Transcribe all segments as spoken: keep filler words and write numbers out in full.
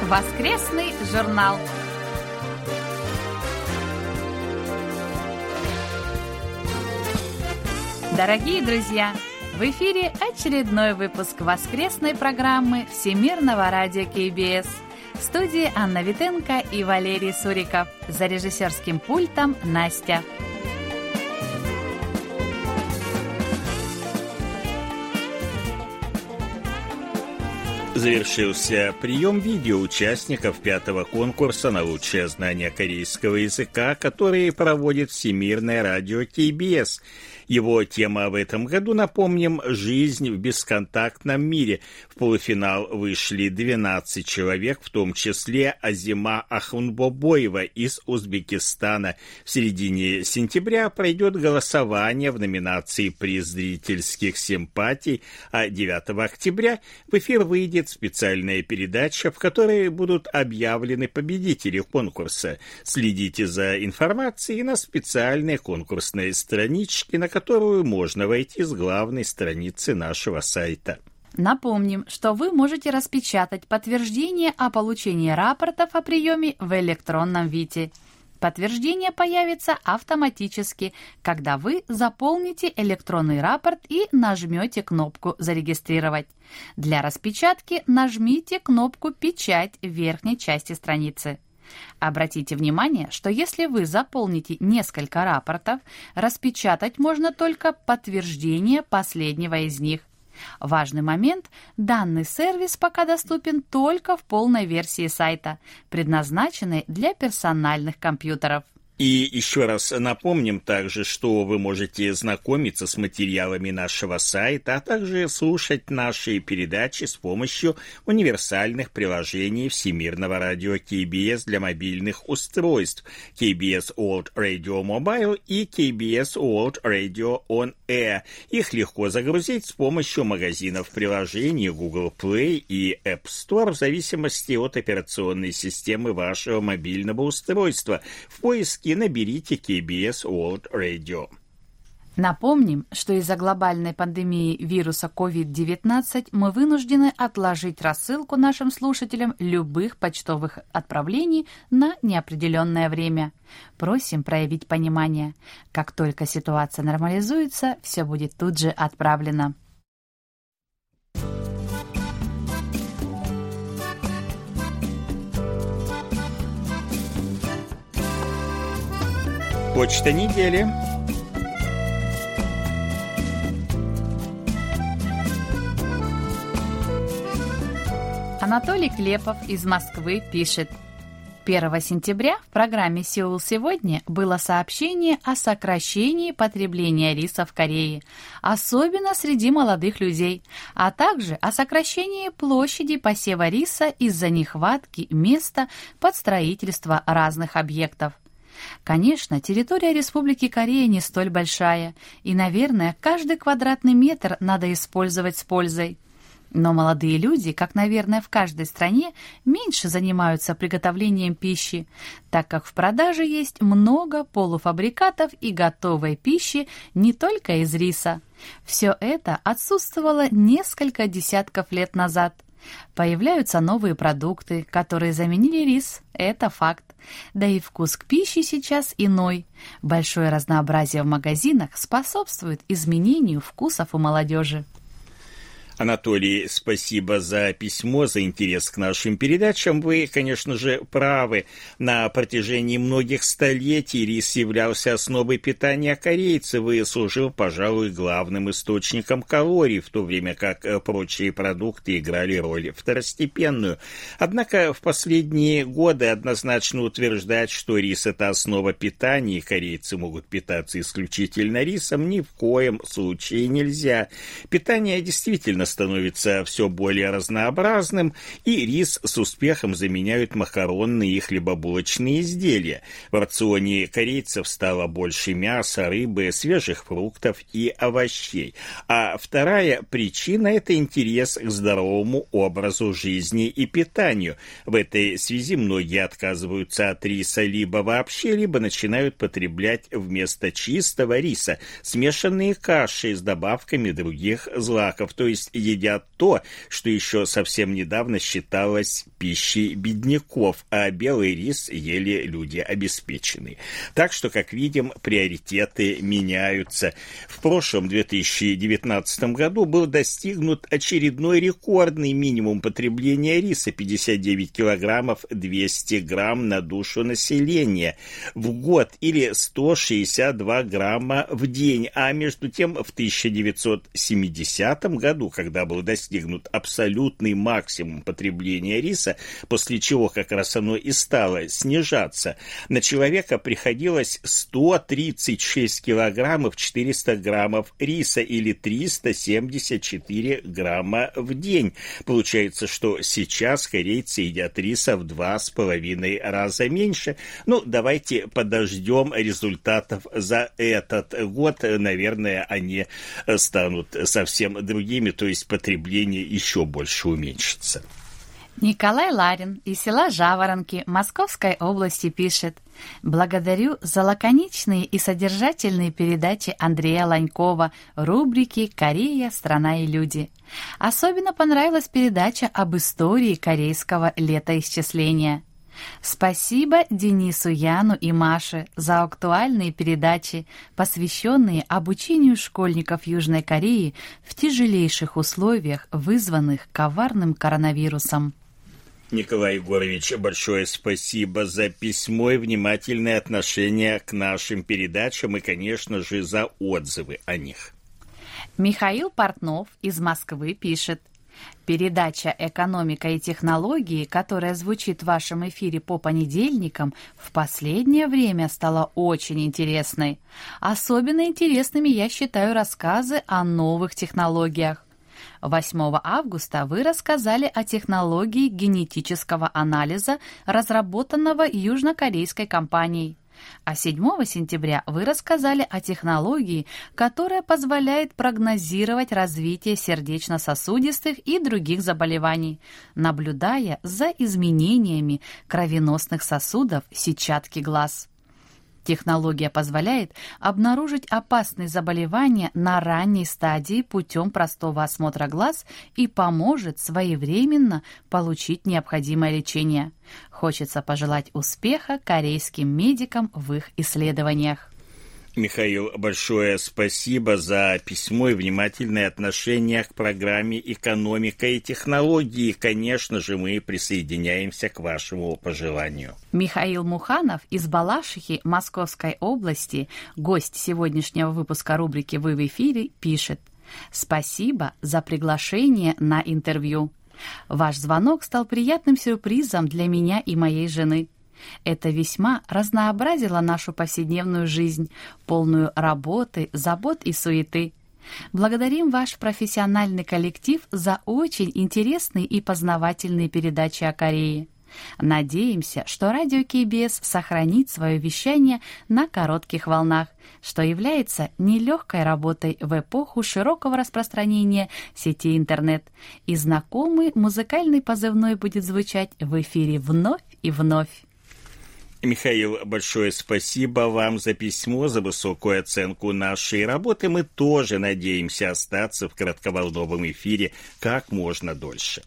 Воскресный журнал. Дорогие друзья, в эфире очередной выпуск воскресной программы Всемирного радио кей би эс. В студии Анна Витенко и Валерий Суриков. За режиссерским пультом Настя. Завершился прием видео участников пятого конкурса на лучшее знание корейского языка, который проводит Всемирное радио кей би эс. Его тема в этом году, напомним, «Жизнь в бесконтактном мире». В полуфинал вышли двенадцать человек, в том числе Азима Ахунбобоева из Узбекистана. В середине сентября пройдет голосование в номинации «Приз зрительских симпатий», а девятого октября в эфир выйдет специальная передача, в которой будут объявлены победители конкурса. Следите за информацией на специальной конкурсной страничке, на которую можно войти с главной страницы нашего сайта. Напомним, что вы можете распечатать подтверждение о получении рапортов о приеме в электронном виде. Подтверждение появится автоматически, когда вы заполните электронный рапорт и нажмете кнопку «Зарегистрировать». Для распечатки нажмите кнопку «Печать» в верхней части страницы. Обратите внимание, что если вы заполните несколько рапортов, распечатать можно только подтверждение последнего из них. Важный момент – данный сервис пока доступен только в полной версии сайта, предназначенной для персональных компьютеров. И еще раз напомним также, что вы можете знакомиться с материалами нашего сайта, а также слушать наши передачи с помощью универсальных приложений Всемирного радио кей би эс для мобильных устройств кей би эс World Radio Mobile и кей би эс World Radio On Air. Их легко загрузить с помощью магазинов приложений Google Play и App Store в зависимости от операционной системы вашего мобильного устройства. В поиске и наберите кей би эс World Radio. Напомним, что из-за глобальной пандемии вируса ковид девятнадцать мы вынуждены отложить рассылку нашим слушателям любых почтовых отправлений на неопределенное время. Просим проявить понимание. Как только ситуация нормализуется, все будет тут же отправлено. Почта недели. Анатолий Клепов из Москвы пишет. первого сентября в программе «Сеул сегодня» было сообщение о сокращении потребления риса в Корее, особенно среди молодых людей, а также о сокращении площади посева риса из-за нехватки места под строительство разных объектов. Конечно, территория Республики Корея не столь большая, и, наверное, каждый квадратный метр надо использовать с пользой. Но молодые люди, как, наверное, в каждой стране, меньше занимаются приготовлением пищи, так как в продаже есть много полуфабрикатов и готовой пищи не только из риса. Все это отсутствовало несколько десятков лет назад. Появляются новые продукты, которые заменили рис, это факт. Да и вкус к пище сейчас иной. Большое разнообразие в магазинах способствует изменению вкусов у молодежи. Анатолий, спасибо за письмо, за интерес к нашим передачам. Вы, конечно же, правы. На протяжении многих столетий рис являлся основой питания корейцев и служил, пожалуй, главным источником калорий, в то время как прочие продукты играли роль второстепенную. Однако в последние годы однозначно утверждать, что рис – это основа питания, и корейцы могут питаться исключительно рисом, ни в коем случае нельзя. Питание действительно становится все более разнообразным, и рис с успехом заменяют макаронные и хлебобулочные изделия. В рационе корейцев стало больше мяса, рыбы, свежих фруктов и овощей. А вторая причина – это интерес к здоровому образу жизни и питанию. В этой связи многие отказываются от риса либо вообще, либо начинают потреблять вместо чистого риса смешанные каши с добавками других злаков, то есть едят то, что еще совсем недавно считалось пищей бедняков, а белый рис ели люди обеспеченные. Так что, как видим, приоритеты меняются. В прошлом две тысячи девятнадцатом году был достигнут очередной рекордный минимум потребления риса – пятьдесят девять килограммов двести грамм на душу населения в год или сто шестьдесят два грамма в день. А между тем в тысяча девятьсот семидесятом году, когда был достигнут абсолютный максимум потребления риса, после чего как раз оно и стало снижаться, на человека приходилось сто тридцать шесть килограммов четыреста граммов риса или триста семьдесят четыре грамма в день. Получается, что сейчас корейцы едят риса в два с половиной раза меньше. Ну, давайте подождем результатов за этот год. Наверное, они станут совсем другими, то есть потребление еще больше уменьшится. Николай Ларин из села Жаворонки Московской области пишет: «Благодарю за лаконичные и содержательные передачи Андрея Ланькова, рубрики «Корея. Страна и люди». Особенно понравилась передача об истории корейского летоисчисления. Спасибо Денису, Яну и Маше за актуальные передачи, посвященные обучению школьников Южной Кореи в тяжелейших условиях, вызванных коварным коронавирусом». Николай Егорович, большое спасибо за письмо и внимательное отношение к нашим передачам и, конечно же, за отзывы о них. Михаил Портнов из Москвы пишет: «Передача «Экономика и технологии», которая звучит в вашем эфире по понедельникам, в последнее время стала очень интересной. Особенно интересными я считаю рассказы о новых технологиях. восьмого августа вы рассказали о технологии генетического анализа, разработанного южнокорейской компанией. А седьмого сентября вы рассказали о технологии, которая позволяет прогнозировать развитие сердечно-сосудистых и других заболеваний, наблюдая за изменениями кровеносных сосудов сетчатки глаз. Технология позволяет обнаружить опасные заболевания на ранней стадии путем простого осмотра глаз и поможет своевременно получить необходимое лечение. Хочется пожелать успеха корейским медикам в их исследованиях». Михаил, большое спасибо за письмо и внимательное отношение к программе «Экономика и технологии». Конечно же, мы присоединяемся к вашему пожеланию. Михаил Муханов из Балашихи Московской области, гость сегодняшнего выпуска рубрики «Вы в эфире», пишет: «Спасибо за приглашение на интервью. Ваш звонок стал приятным сюрпризом для меня и моей жены. Это весьма разнообразило нашу повседневную жизнь, полную работы, забот и суеты. Благодарим ваш профессиональный коллектив за очень интересные и познавательные передачи о Корее. Надеемся, что радио кей би эс сохранит свое вещание на коротких волнах, что является нелегкой работой в эпоху широкого распространения сети интернет, и знакомый музыкальный позывной будет звучать в эфире вновь и вновь». Михаил, большое спасибо вам за письмо, за высокую оценку нашей работы. Мы тоже надеемся остаться в коротковолновом эфире как можно дольше.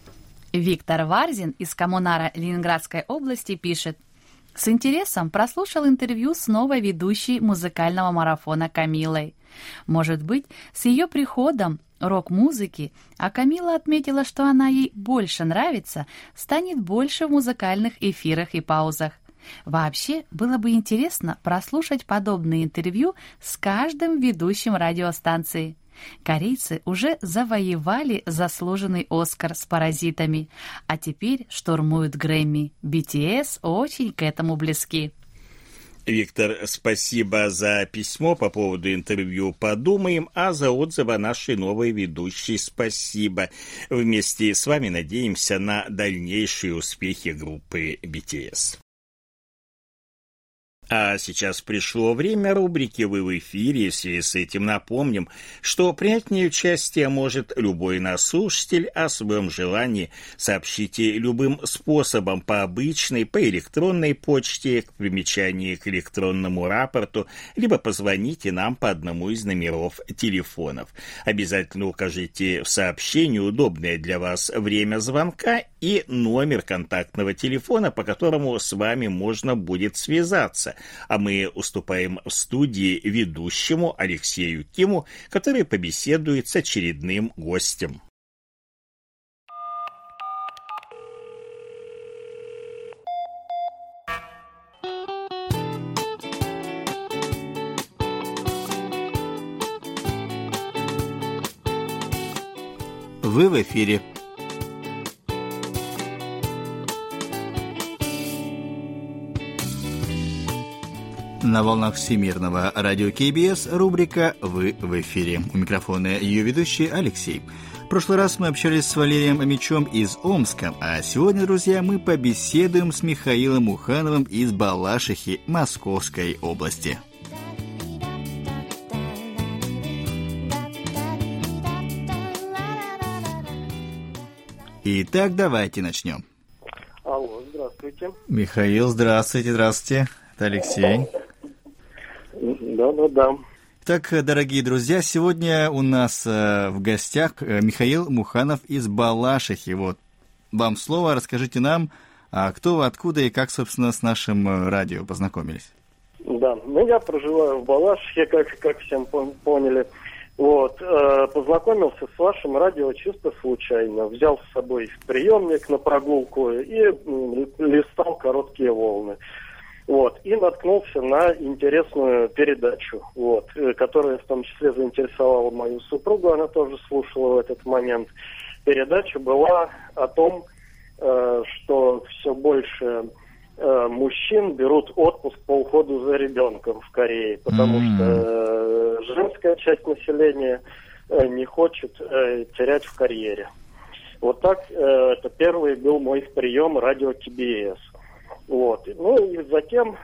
Виктор Варзин из Коммунара Ленинградской области пишет: «С интересом прослушал интервью с новой ведущей музыкального марафона Камилой. Может быть, с ее приходом рок-музыки, а Камила отметила, что она ей больше нравится, станет больше в музыкальных эфирах и паузах. Вообще, было бы интересно прослушать подобные интервью с каждым ведущим радиостанции. Корейцы уже завоевали заслуженный Оскар с «Паразитами», а теперь штурмуют Грэмми. би ти эс очень к этому близки». Виктор, спасибо за письмо по поводу интервью. Подумаем, а за отзывы о нашей новой ведущей спасибо. Вместе с вами надеемся на дальнейшие успехи группы би ти эс. А сейчас пришло время рубрики «Вы в эфире», и в связи с этим напомним, что принять в ней участие может любой наш слушатель. О своем желании сообщите любым способом: по обычной, по электронной почте, к примечанию к электронному рапорту, либо позвоните нам по одному из номеров телефонов. Обязательно укажите в сообщении удобное для вас время звонка и номер контактного телефона, по которому с вами можно будет связаться. А мы уступаем в студии ведущему Алексею Киму, который побеседует с очередным гостем. Вы в эфире. На волнах Всемирного радио кей би эс рубрика «Вы в эфире». У микрофона ее ведущий Алексей. В прошлый раз мы общались с Валерием Амичом из Омска, а сегодня, друзья, мы побеседуем с Михаилом Мухановым из Балашихи Московской области. Итак, давайте начнем. Алло, здравствуйте. Михаил, здравствуйте, здравствуйте. Это Алексей. Да-да-да. Так, дорогие друзья, сегодня у нас э, в гостях Михаил Муханов из Балашихи. Вот, вам слово, расскажите нам, а кто вы, откуда и как, собственно, с нашим радио познакомились. Да, ну я проживаю в Балашихе, как, как всем поняли. Вот, э, познакомился с вашим радио чисто случайно. Взял с собой приемник на прогулку и м, листал короткие волны. Вот, и наткнулся на интересную передачу, вот, которая в том числе заинтересовала мою супругу, она тоже слушала в этот момент. Передача была о том, э, что все больше э, мужчин берут отпуск по уходу за ребенком в Корее, потому mm-hmm. что э, женская часть населения э, не хочет э, терять в карьере. Вот так, э, это первый был мой прием радио кей би эс. Вот. Ну и затем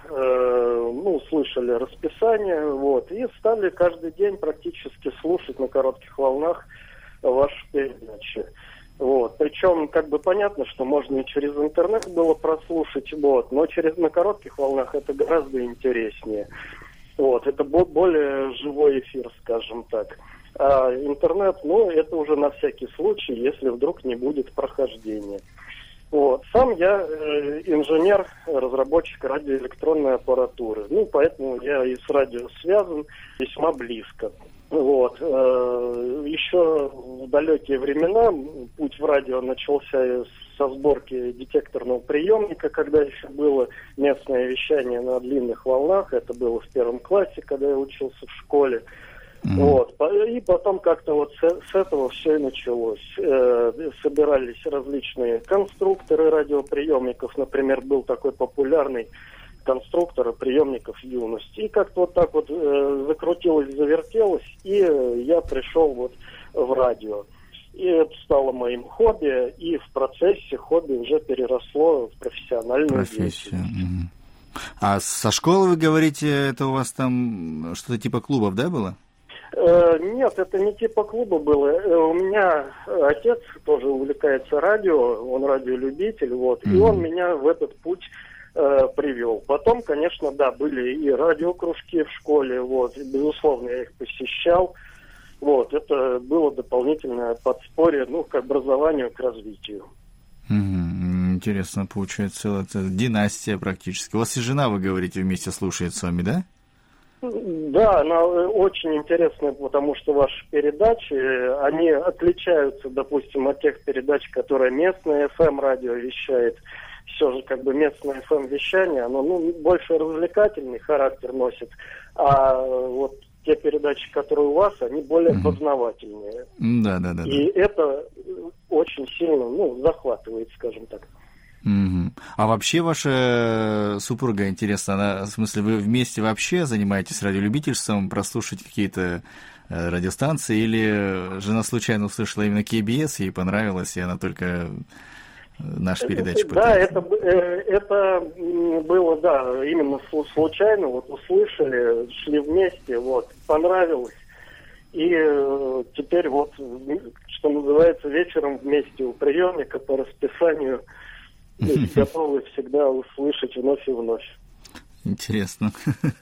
э, ну, слышали расписание, вот, и стали каждый день практически слушать на коротких волнах ваши передачи. Вот. Причем, как бы понятно, что можно и через интернет было прослушать, вот, но через на коротких волнах это гораздо интереснее. Вот. Это более живой эфир, скажем так. А интернет, ну, это уже на всякий случай, если вдруг не будет прохождения. Вот. Сам я э, инженер, разработчик радиоэлектронной аппаратуры. Ну, поэтому я и с радио связан весьма близко. Вот. Э, еще в далекие времена путь в радио начался со сборки детекторного приемника, когда еще было местное вещание на длинных волнах. Это было в первом классе, когда я учился в школе. Mm-hmm. Вот. И потом как-то вот с, с этого все и началось. Э, собирались различные конструкторы радиоприемников. Например, был такой популярный конструктор приемников юности. И как-то вот так вот э, закрутилось, завертелось, и э, я пришел вот в радио. И это стало моим хобби, и в процессе хобби уже переросло в профессиональную Профессию. деятельность. Mm-hmm. А со школы, вы говорите, это у вас там что-то типа клубов, да, было? Нет, это не типа клуба было. У меня отец тоже увлекается радио, он радиолюбитель, вот, mm-hmm. и он меня в этот путь э, привел. Потом, конечно, да, были и радиокружки в школе, вот, и, безусловно, я их посещал. Вот, это было дополнительное подспорье, ну, к образованию, к развитию. Mm-hmm. Интересно, получается, это династия практически. У вас и жена, вы говорите, вместе слушает с вами, да? Да, она очень интересная, потому что ваши передачи, они отличаются, допустим, от тех передач, которые местное эф эм-радио вещает. Все же как бы местное эф эм-вещание, оно ну, больше развлекательный характер носит, а вот те передачи, которые у вас, они более mm-hmm. познавательные. Да, да, да. И да. это очень сильно, ну, захватывает, скажем так. Угу. А вообще ваша супруга, интересно, она, в смысле, вы вместе вообще занимаетесь радиолюбительством, прослушать какие-то э, радиостанции, или жена случайно услышала именно кей би эс, ей понравилось, и она только нашей передачи Да, это, это было, да, именно случайно, вот услышали, шли вместе, вот, понравилось. И теперь вот, что называется, вечером вместе у приемника по расписанию готовы всегда услышать вновь и вновь. Интересно.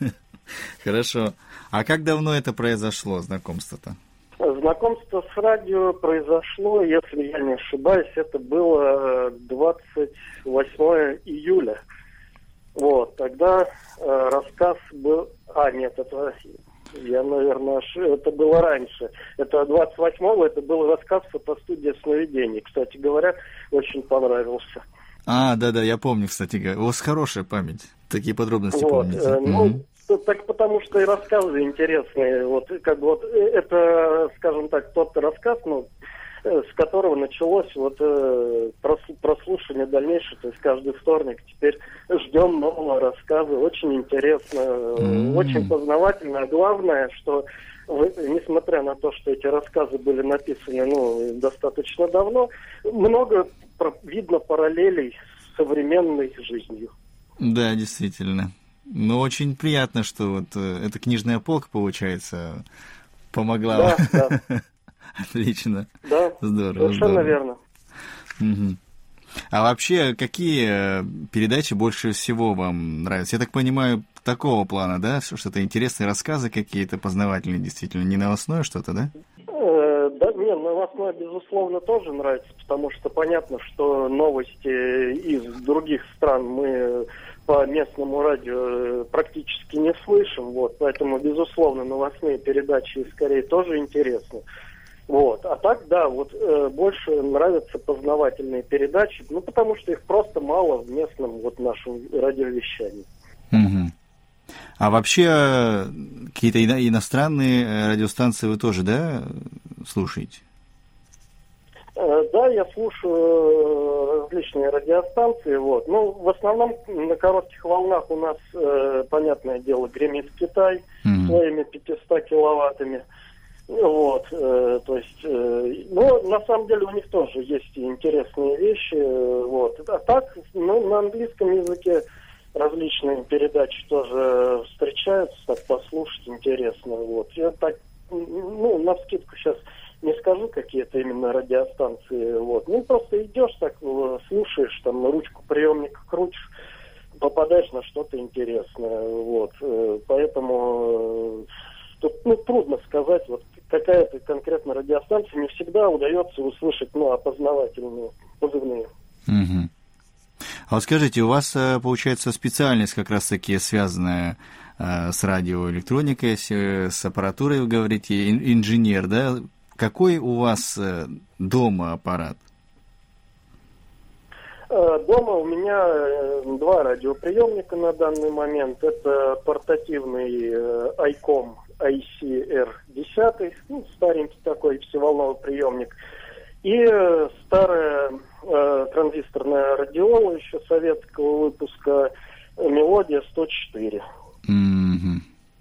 Хорошо. А как давно это произошло, знакомство-то? Знакомство с радио произошло, если я не ошибаюсь, это было двадцать восьмого июля. Вот, тогда э, рассказ был... А, нет, это... Я, наверное, ошиб... это было раньше. Это двадцать восьмого, это был рассказ «Фотостудия сновидений». Кстати говоря, очень понравился. А, да-да, я помню, кстати говоря. У вас хорошая память. Такие подробности вот, помните. Э, ну, угу. Так потому что и рассказы интересные. Вот, как бы вот это, скажем так, тот рассказ, ну, с которого началось вот прослушивание дальнейшее, то есть каждый вторник. Теперь ждем нового рассказа. Очень интересно, mm-hmm. очень познавательно. А главное, что вы, несмотря на то, что эти рассказы были написаны, ну, достаточно давно, много видно параллелей с современной жизнью. Да, действительно. Ну, очень приятно, что вот э, эта книжная полка, получается, помогла. Да, да. Отлично. Да, здорово, совершенно здорово. верно. Угу. А вообще, какие передачи больше всего вам нравятся? Я так понимаю, такого плана, да? Что-то интересные рассказы какие-то, познавательные, действительно, не новостное что-то, да? Э, да, не, новостное, безусловно, тоже нравится, потому что понятно, что новости из других стран мы по местному радио практически не слышим, вот, поэтому, безусловно, новостные передачи скорее тоже интересны. Вот. А так, да, вот э, больше нравятся познавательные передачи, ну, потому что их просто мало в местном вот нашем радиовещании. Угу. А вообще какие-то ино- иностранные радиостанции вы тоже, да, слушаете? Э, да, я слушаю различные радиостанции, вот. Ну, в основном на коротких волнах у нас, э, понятное дело, гремит Китай угу. своими пятьюстами киловаттами. Вот, э, то есть, э, ну, на самом деле у них тоже есть интересные вещи, э, вот. А так, ну, на английском языке различные передачи тоже встречаются, так послушать интересно, вот. Я так, ну, навскидку сейчас не скажу, какие это именно радиостанции, вот. Ну, просто идешь так, слушаешь, там, ручку приемника крутишь, попадаешь на что-то интересное, вот. Поэтому... Тут, ну, трудно сказать, вот какая-то конкретно радиостанция, не всегда удается услышать, ну, опознавательные, позывные. Угу. А вот скажите, у вас, получается, специальность как раз-таки связанная э, с радиоэлектроникой, с, с аппаратурой, вы говорите, инженер, да? Какой у вас э, дома аппарат? Дома у меня два радиоприемника на данный момент. Это портативный Айком ай си эр десять, ну, старенький такой всеволновый приемник, и старая э, транзисторная радиола еще советского выпуска Мелодия сто четыре. Mm-hmm.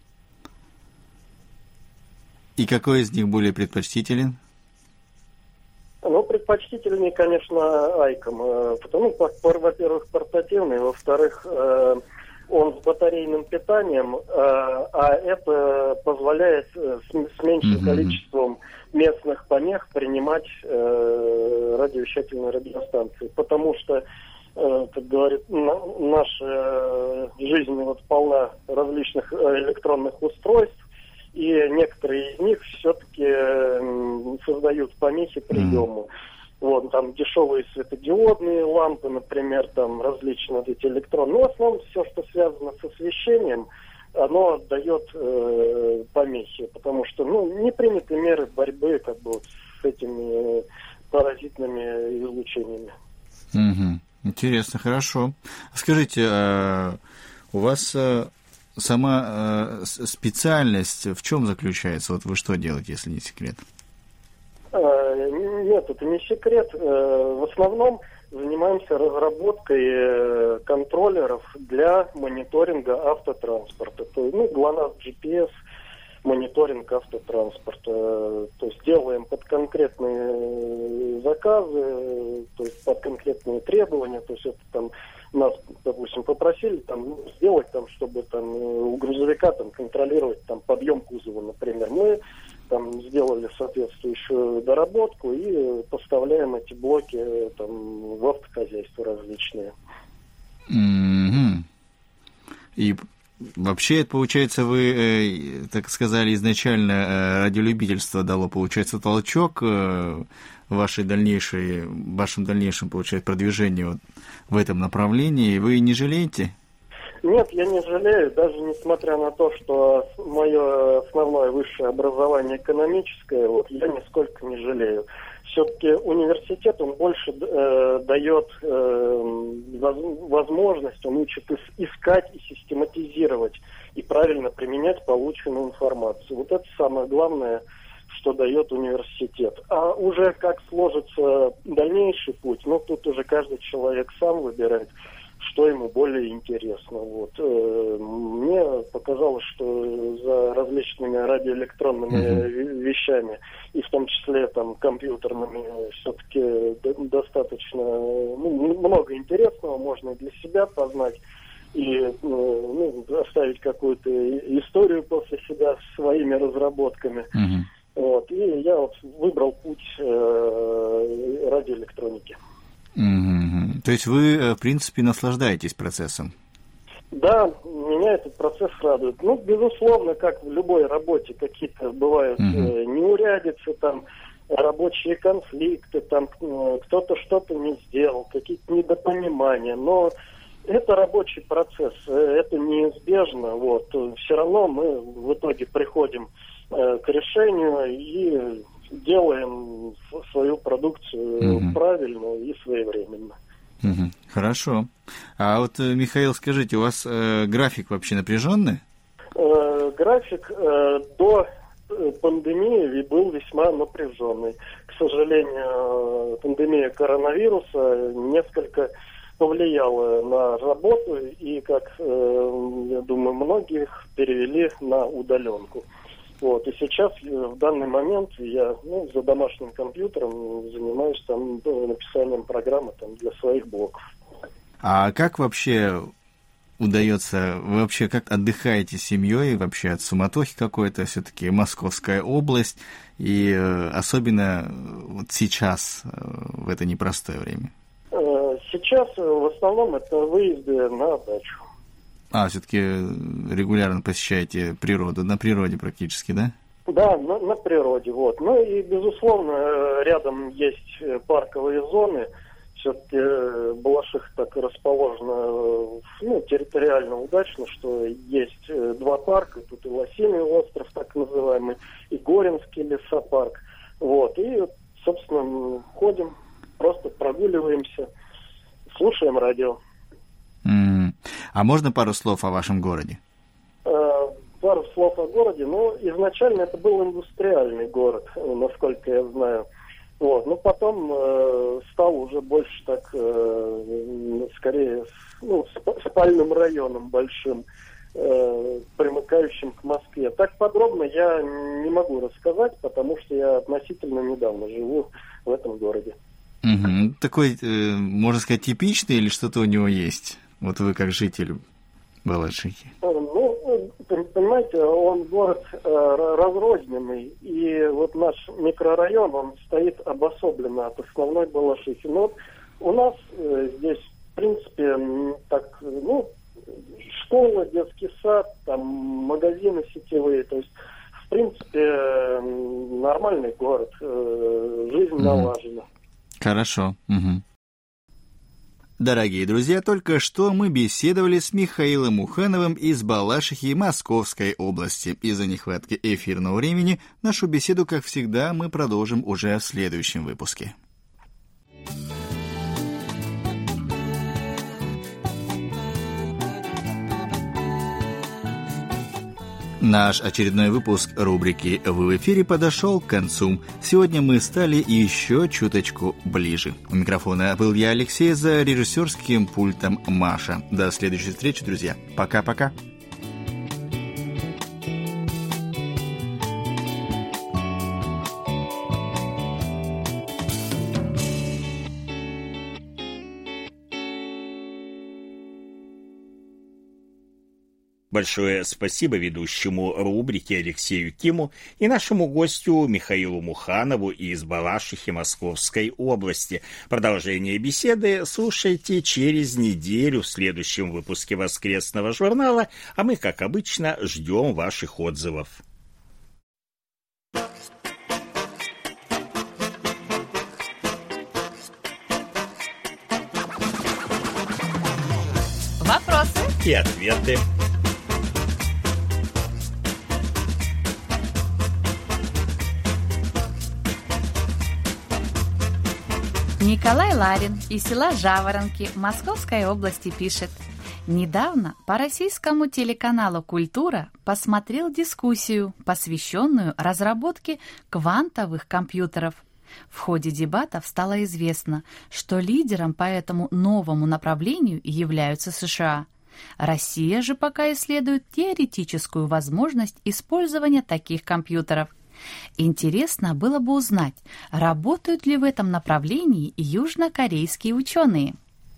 И какой из них более предпочтителен? Ну, предпочтительнее, конечно, Айком, потому что, во-первых, портативный, во-вторых, он с батарейным питанием, а это позволяет с меньшим mm-hmm. количеством местных помех принимать радиовещательные радиостанции, потому что, как говорит, наша жизнь вот полна различных электронных устройств, и некоторые из них все-таки создают помехи приему. Mm. Вот, там дешевые светодиодные лампы, например, там различные вот эти электронные. Ну, в основном все, что связано с освещением, оно дает э, помехи, потому что, ну, не приняты меры борьбы как бы вот с этими паразитными излучениями. Mm-hmm. Интересно, хорошо. Скажите, а у вас... Сама э, специальность в чем заключается? Вот вы что делаете, если не секрет? Нет, это не секрет. В основном занимаемся разработкой контроллеров для мониторинга автотранспорта. То есть, ну, ГЛОНАСС, джи пи эс, мониторинг автотранспорта. То есть делаем под конкретные заказы, то есть под конкретные требования. То есть это там нас, допустим, попросили там сделать, там, чтобы там у грузовика там контролировать там подъем кузова, например. Мы там сделали соответствующую доработку и поставляем эти блоки там в автохозяйство различные. Mm-hmm. И вообще, получается, вы, так сказали, изначально радиолюбительство дало, получается, толчок вашей дальнейшей, вашем дальнейшем, получается, продвижению вот в этом направлении. Вы не жалеете? Нет, я не жалею, даже несмотря на то, что мое основное высшее образование экономическое, вот, я нисколько не жалею. Все-таки университет, он больше э, дает э, возможность, он учит искать и систематизировать и правильно применять полученную информацию. Вот это самое главное, что дает университет. А уже как сложится дальнейший путь, ну тут уже каждый человек сам выбирает, что ему более интересно. Вот. Мне показалось, что за различными радиоэлектронными mm-hmm. вещами, и в том числе там компьютерными, все-таки достаточно ну, много интересного можно и для себя познать, и ну, оставить какую-то историю после себя своими разработками. Mm-hmm. Вот. И я вот выбрал путь э, радиоэлектроники. Mm-hmm. То есть вы, в принципе, наслаждаетесь процессом? Да, меня этот процесс радует. Ну, безусловно, как в любой работе, какие-то бывают mm-hmm. э, неурядицы, там, рабочие конфликты, там, э, кто-то что-то не сделал, какие-то недопонимания, но это рабочий процесс, э, это неизбежно, вот. Все равно мы в итоге приходим э, к решению и делаем свою продукцию mm-hmm. правильно и своевременно. Mm-hmm. Хорошо. А вот, Михаил, скажите, у вас э, график вообще напряженный? Э, график э, до пандемии был весьма напряженный. К сожалению, пандемия коронавируса несколько повлияла на работу и, как э, я думаю, многих перевели на удаленку. Вот. И сейчас, в данный момент, я ну, за домашним компьютером занимаюсь там, написанием программы там, для своих блоков. А как вообще удается, вы вообще как отдыхаете с семьей, вообще от суматохи какой-то, все-таки Московская область, и особенно вот сейчас, в это непростое время? Сейчас в основном это выезды на дачу. А, все-таки регулярно посещаете природу, на природе практически, да? Да, на, на природе, вот. Ну и, безусловно, рядом есть парковые зоны. Все-таки Балашиха так расположена ну, территориально удачно, что есть два парка. Тут и Лосиный остров, так называемый, и Горинский лесопарк. Вот. И, собственно, ходим, просто прогуливаемся, слушаем радио. Mm. А можно пару слов о вашем городе? Э, пару слов о городе. Ну, изначально это был индустриальный город, насколько я знаю. Вот. Но потом э, стал уже больше так, э, скорее, ну, спальным районом большим, э, примыкающим к Москве. Так подробно я не могу рассказать, потому что я относительно недавно живу в этом городе. Угу. Такой, э, можно сказать, типичный или что-то у него есть? Вот вы как житель Балашихи. Ну, понимаете, он город э, разрозненный, и вот наш микрорайон, он стоит обособленно от основной Балашихи. Но вот у нас э, здесь, в принципе, так, ну, школа, детский сад, там, магазины сетевые, то есть, в принципе, нормальный город, э, жизнь налажена. Хорошо. Угу. Дорогие друзья, только что мы беседовали с Михаилом Ухановым из Балашихи Московской области. Из-за нехватки эфирного времени нашу беседу, как всегда, мы продолжим уже в следующем выпуске. Наш очередной выпуск рубрики «Вы в эфире» подошел к концу. Сегодня мы стали еще чуточку ближе. У микрофона был я, Алексей, за режиссерским пультом Маша. До следующей встречи, друзья. Пока-пока. Большое спасибо ведущему рубрики Алексею Киму и нашему гостю Михаилу Муханову из Балашихи Московской области. Продолжение беседы слушайте через неделю в следующем выпуске «Воскресного журнала», а мы, как обычно, ждем ваших отзывов. Вопросы и ответы. Николай Ларин из села Жаворонки Московской области пишет: недавно по российскому телеканалу «Культура» посмотрел дискуссию, посвященную разработке квантовых компьютеров. В ходе дебатов стало известно, что лидером по этому новому направлению являются США. Россия же пока исследует теоретическую возможность использования таких компьютеров. Интересно было бы узнать, работают ли в этом направлении южнокорейские ученые.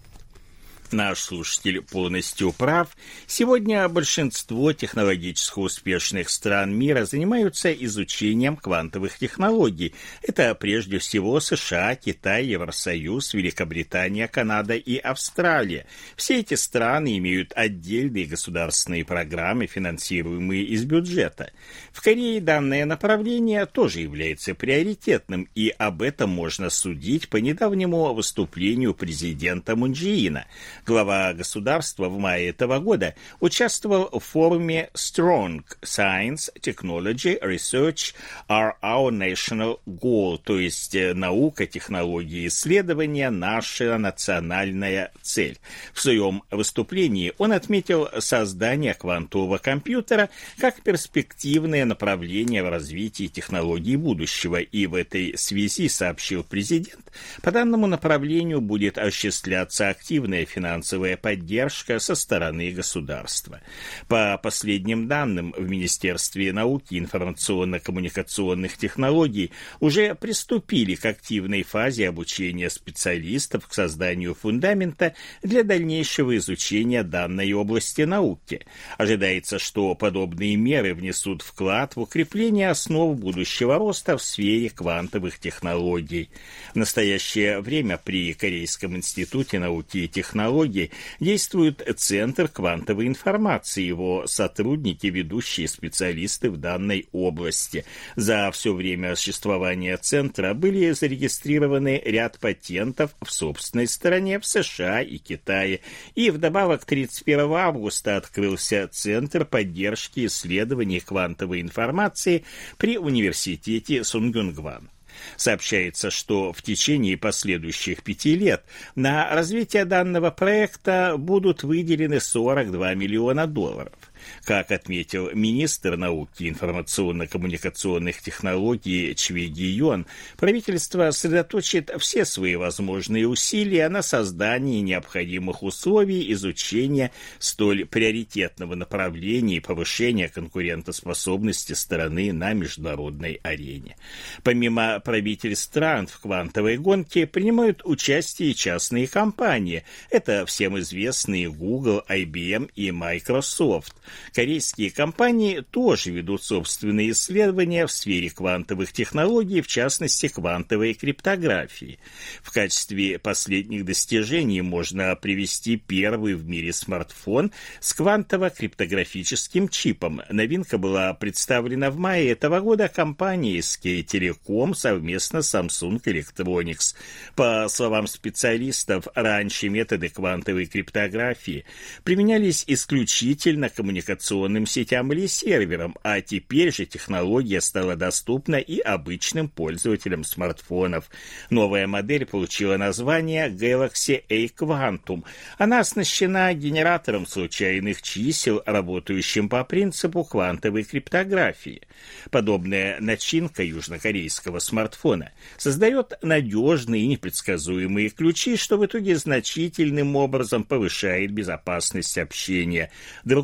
Наш слушатель полностью прав. Сегодня большинство технологически успешных стран мира занимаются изучением квантовых технологий. Это прежде всего США, Китай, Евросоюз, Великобритания, Канада и Австралия. Все эти страны имеют отдельные государственные программы, финансируемые из бюджета. В Корее данное направление тоже является приоритетным, и об этом можно судить по недавнему выступлению президента Мун Чжэ Ина. Глава государства в мае этого года участвовал в форуме Strong Science, Technology, Research are our national goal, то есть наука, технологии, исследования – наша национальная цель. В своем выступлении он отметил создание квантового компьютера как перспективное направление в развитии технологий будущего, и в этой связи сообщил президент, по данному направлению будет осуществляться активная финансовая финансовая поддержка со стороны государства. По последним данным, в Министерстве науки и информационно-коммуникационных технологий уже приступили к активной фазе обучения специалистов к созданию фундамента для дальнейшего изучения данной области науки. Ожидается, что подобные меры внесут вклад в укрепление основ будущего роста в сфере квантовых технологий. В настоящее время при Корейском институте науки и технологий действует Центр квантовой информации, его сотрудники, ведущие специалисты в данной области. За все время существования Центра были зарегистрированы ряд патентов в собственной стране, в США и Китае. И вдобавок тридцать первого августа открылся Центр поддержки исследований квантовой информации при университете Сунгюнгван. Сообщается, что в течение последующих пяти лет на развитие данного проекта будут выделены сорок два миллиона долларов. Как отметил министр науки и информационно-коммуникационных технологий Чве Ги-Йон, правительство сосредоточит все свои возможные усилия на создании необходимых условий изучения столь приоритетного направления и повышения конкурентоспособности страны на международной арене. Помимо правительств стран в квантовой гонке принимают участие частные компании. Это всем известные Google, ай би эм и Microsoft. Корейские компании тоже ведут собственные исследования в сфере квантовых технологий, в частности, квантовой криптографии. В качестве последних достижений можно привести первый в мире смартфон с квантово-криптографическим чипом. Новинка была представлена в мае этого года компанией эс кей Telecom совместно с Samsung Electronics. По словам специалистов, раньше методы квантовой криптографии применялись исключительно коммуникационным сетям или серверам, а теперь же технология стала доступна и обычным пользователям смартфонов. Новая модель получила название Galaxy A Quantum. Она оснащена генератором случайных чисел, работающим по принципу квантовой криптографии. Подобная начинка южнокорейского смартфона создает надежные и непредсказуемые ключи, что в итоге значительным образом повышает безопасность общения. Другая телефонная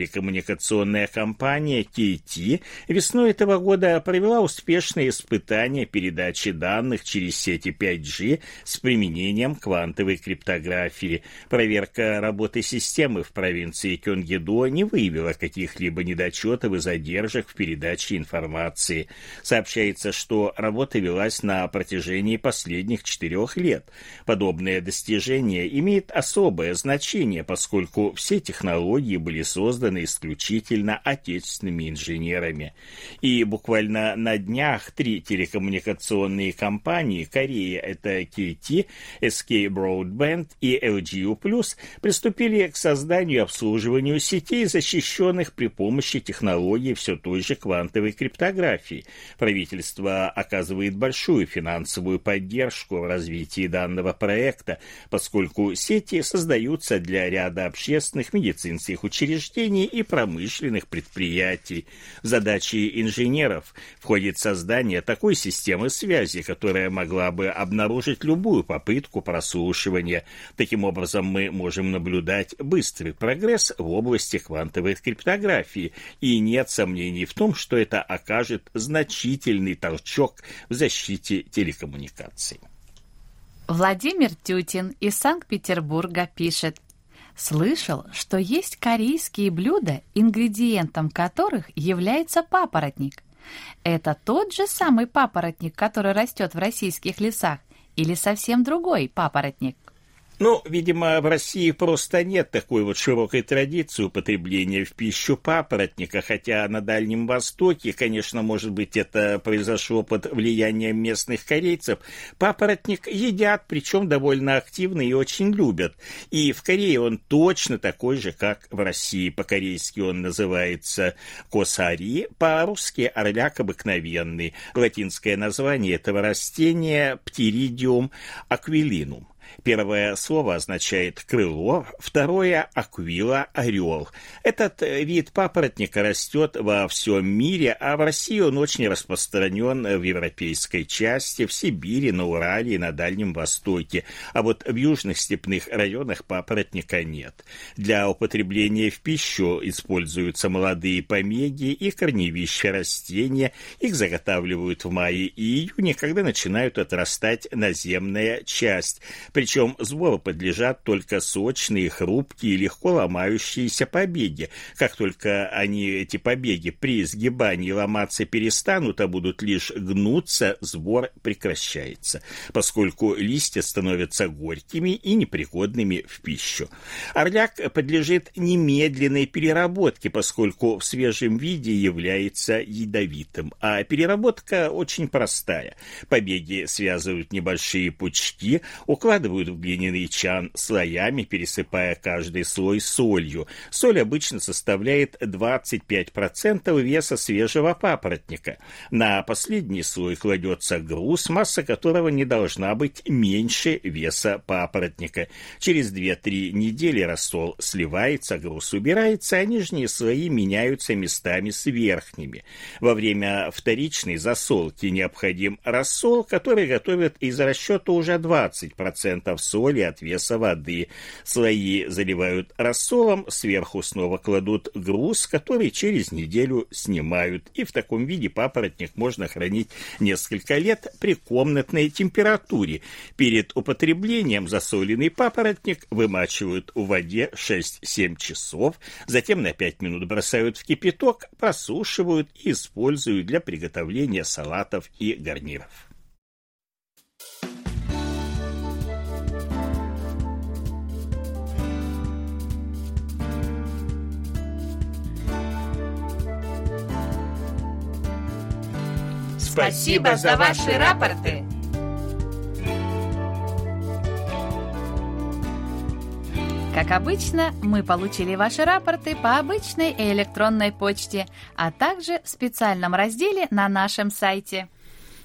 телекоммуникационная компания кей ти весной этого года провела успешные испытания передачи данных через сети пять джи с применением квантовой криптографии. Проверка работы системы в провинции Кёнгидо не выявила каких-либо недочетов и задержек в передаче информации. Сообщается, что работа велась на протяжении последних четырех лет. Подобное достижение имеет особое значение, поскольку все технологии были созданы исключительно отечественными инженерами. И буквально на днях три телекоммуникационные компании Кореи, это кей ти, эс кей Broadband и эл джи ю плюс, приступили к созданию и обслуживанию сетей, защищенных при помощи технологий все той же квантовой криптографии. Правительство оказывает большую финансовую поддержку в развитии данного проекта, поскольку сети создаются для ряда общественных, медицинских учреждений и промышленных предприятий. В задачи инженеров входит создание такой системы связи, которая могла бы обнаружить любую попытку прослушивания. Таким образом, мы можем наблюдать быстрый прогресс в области квантовой криптографии, и нет сомнений в том, что это окажет значительный толчок в защите телекоммуникаций. Владимир Тютин из Санкт-Петербурга пишет: «Слышал, что есть корейские блюда, ингредиентом которых является папоротник. Это тот же самый папоротник, который растет в российских лесах, или совсем другой папоротник?» Ну, видимо, в России просто нет такой вот широкой традиции употребления в пищу папоротника, хотя на Дальнем Востоке, конечно, может быть, это произошло под влиянием местных корейцев. Папоротник едят, причем довольно активно и очень любят. И в Корее он точно такой же, как в России. По-корейски он называется косари, по-русски орляк обыкновенный. Латинское название этого растения – Pteridиум aquilинум. Первое слово означает «крыло», второе – «аквила», «орел». Этот вид папоротника растет во всем мире, а в России он очень распространен в европейской части, в Сибири, на Урале и на Дальнем Востоке. А вот в южных степных районах папоротника нет. Для употребления в пищу используются молодые помеги и корневища растения. Их заготавливают в мае и июне, когда начинают отрастать наземная часть. Причем сбору подлежат только сочные, хрупкие, легко ломающиеся побеги. Как только они, эти побеги, при сгибании ломаться перестанут, а будут лишь гнуться, сбор прекращается, поскольку листья становятся горькими и непригодными в пищу. Орляк подлежит немедленной переработке, поскольку в свежем виде является ядовитым, а переработка очень простая. Побеги связывают небольшие пучки, укладывают в глиняный чан слоями, пересыпая каждый слой солью. Соль обычно составляет двадцать пять процентов веса свежего папоротника. На последний слой кладется груз, масса которого не должна быть меньше веса папоротника. Через две-три недели рассол сливается, груз убирается, а нижние слои меняются местами с верхними. Во время вторичной засолки необходим рассол, который готовят из расчета уже двадцать процентов соли от веса воды. Слои заливают рассолом, сверху снова кладут груз, который через неделю снимают. И в таком виде папоротник можно хранить несколько лет при комнатной температуре. Перед употреблением засоленный папоротник вымачивают в воде шесть-семь часов, затем на пять минут бросают в кипяток, просушивают и используют для приготовления салатов и гарниров. Спасибо за ваши рапорты. Как обычно, мы получили ваши рапорты по обычной и электронной почте, а также в специальном разделе на нашем сайте.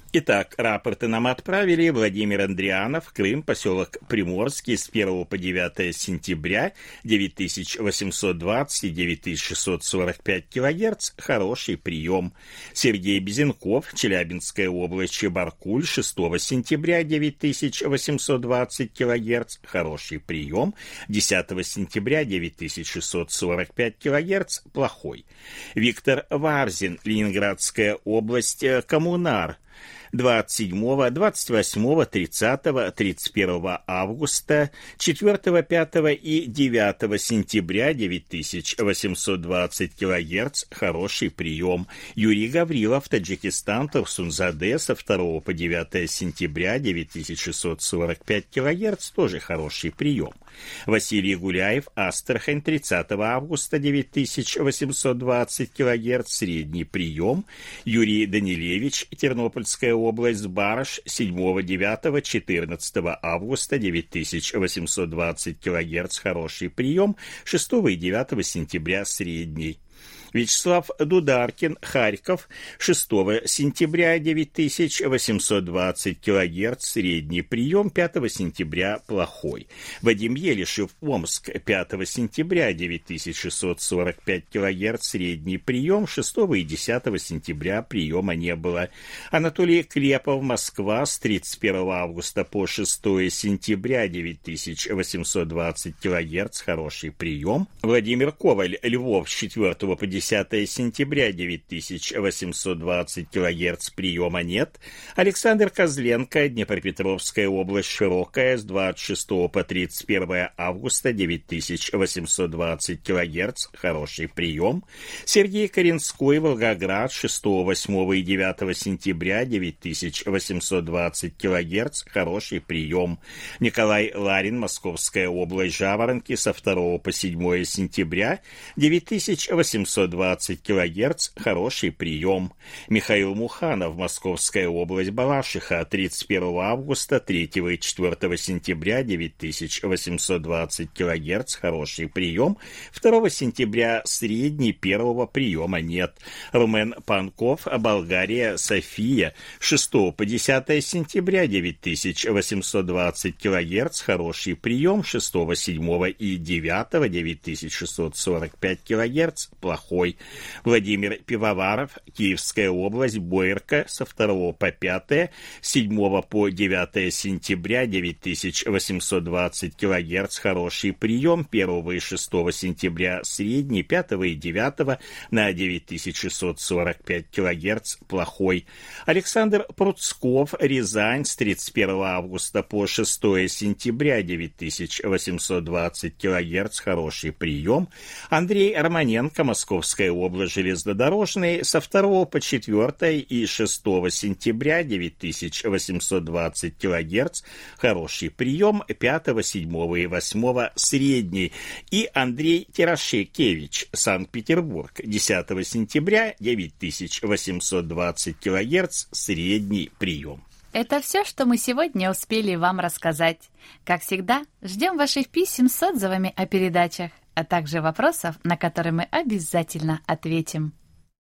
Итак, рапорты нам отправили Владимир Андрианов, Крым, поселок Приморский, с первого по девятое сентября, девять тысяч восемьсот двадцать и девять тысяч шестьсот сорок пять килогерц, хороший прием. Сергей Безенков, Челябинская область, Чебаркуль, шестого сентября, девять тысяч восемьсот двадцать килогерц, хороший прием. десятого сентября, девять тысяч шестьсот сорок пять килогерц, плохой. Виктор Варзин, Ленинградская область, Коммунар, двадцать седьмого, двадцать восьмого, тридцатого, тридцать первого августа, четвёртого, пятого и девятого сентября, девять тысяч восемьсот двадцать килогерц, хороший прием. Юрий Гаврилов, Таджикистан, Турсунзаде, со второго по девятое сентября, девять тысяч шестьсот сорок пять килогерц, тоже хороший прием. Василий Гуляев, Астрахань, тридцатого августа, девять тысяч восемьсот двадцать килогерц, средний прием. Юрий Данилевич, Тернопольская область, Барыш, седьмого, девятого, четырнадцатого августа, девять тысяч восемьсот двадцать килогерц, хороший прием. шестого и девятого сентября, средний. Вячеслав Дударкин, Харьков, шестого сентября, девять тысяч восемьсот двадцать килогерц, средний прием, пятого сентября, плохой. Вадим Елишев, Омск, пятого сентября, девять тысяч шестьсот сорок пять килогерц, средний прием, шестого и десятого сентября приема не было. Анатолий Клепов, Москва, с тридцать первого августа по шестого сентября, девять тысяч восемьсот двадцать килогерц, хороший прием. Владимир Коваль, Львов, с четвёртого по десятое сентября, девять тысяч восемьсот двадцать килогерц, приема нет. Александр Козленко, Днепропетровская область, Широкая, с двадцать шестого по тридцать первое августа, девять тысяч восемьсот двадцать килогерц, хороший прием. Сергей Коренской, Волгоград, шестого, восьмого и девятого сентября, девять тысяч восемьсот двадцать килогерц, хороший прием. Николай Ларин, Московская область, Жаворонки, со второго по седьмое сентября, девять тысяч восемьсот двадцать килогерц, хороший прием. Михаил Муханов, Московская область, Балашиха, тридцать первого августа, третьего и четвёртого сентября, девять тысяч восемьсот двадцать килогерц, хороший прием. второго сентября, средний, первого приема нет. Румен Панков, Болгария, София, шестого по десятое сентября, девять тысяч восемьсот двадцать килогерц, хороший прием. шестого, седьмого и девятого, девять тысяч шестьсот сорок пять килогерц, плохой. Владимир Пивоваров, Киевская область, Боярка, со второго по пятое, седьмого по девятое сентября, девять тысяч восемьсот двадцать килогерц, хороший прием. первого и шестого сентября, средний. пятого и девятого на девять тысяч шестьсот сорок пять килогерц, плохой. Александр Пруцков, Рязань, с тридцать первого августа по шестое сентября, девять тысяч восемьсот двадцать килогерц, хороший прием. Андрей Романенко, Московская область, железнодорожный, со второго по четвёртое и шестого сентября, девять тысяч восемьсот двадцать килогерц, хороший прием. пятого, седьмого и восьмого, средний. И Андрей Терошекевич, Санкт-Петербург, десятого сентября, девять тысяч восемьсот двадцать килогерц, средний прием. Это все, что мы сегодня успели вам рассказать. Как всегда, ждем ваших писем с отзывами о передачах, а также вопросов, на которые мы обязательно ответим.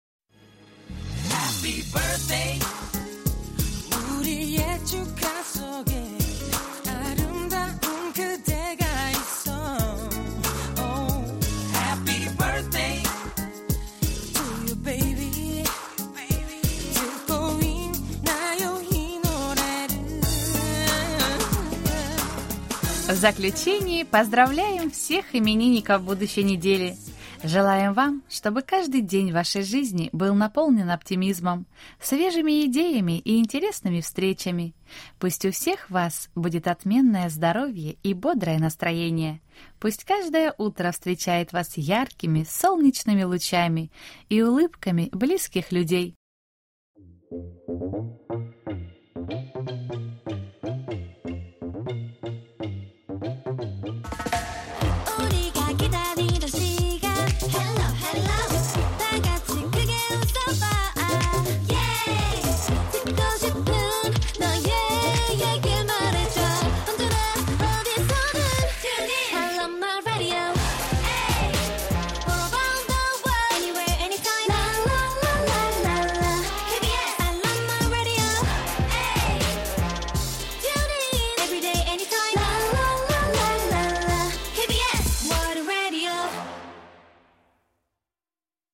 Happy birthday. В заключении поздравляем всех именинников будущей недели. Желаем вам, чтобы каждый день вашей жизни был наполнен оптимизмом, свежими идеями и интересными встречами. Пусть у всех вас будет отменное здоровье и бодрое настроение. Пусть каждое утро встречает вас яркими солнечными лучами и улыбками близких людей. Thank you.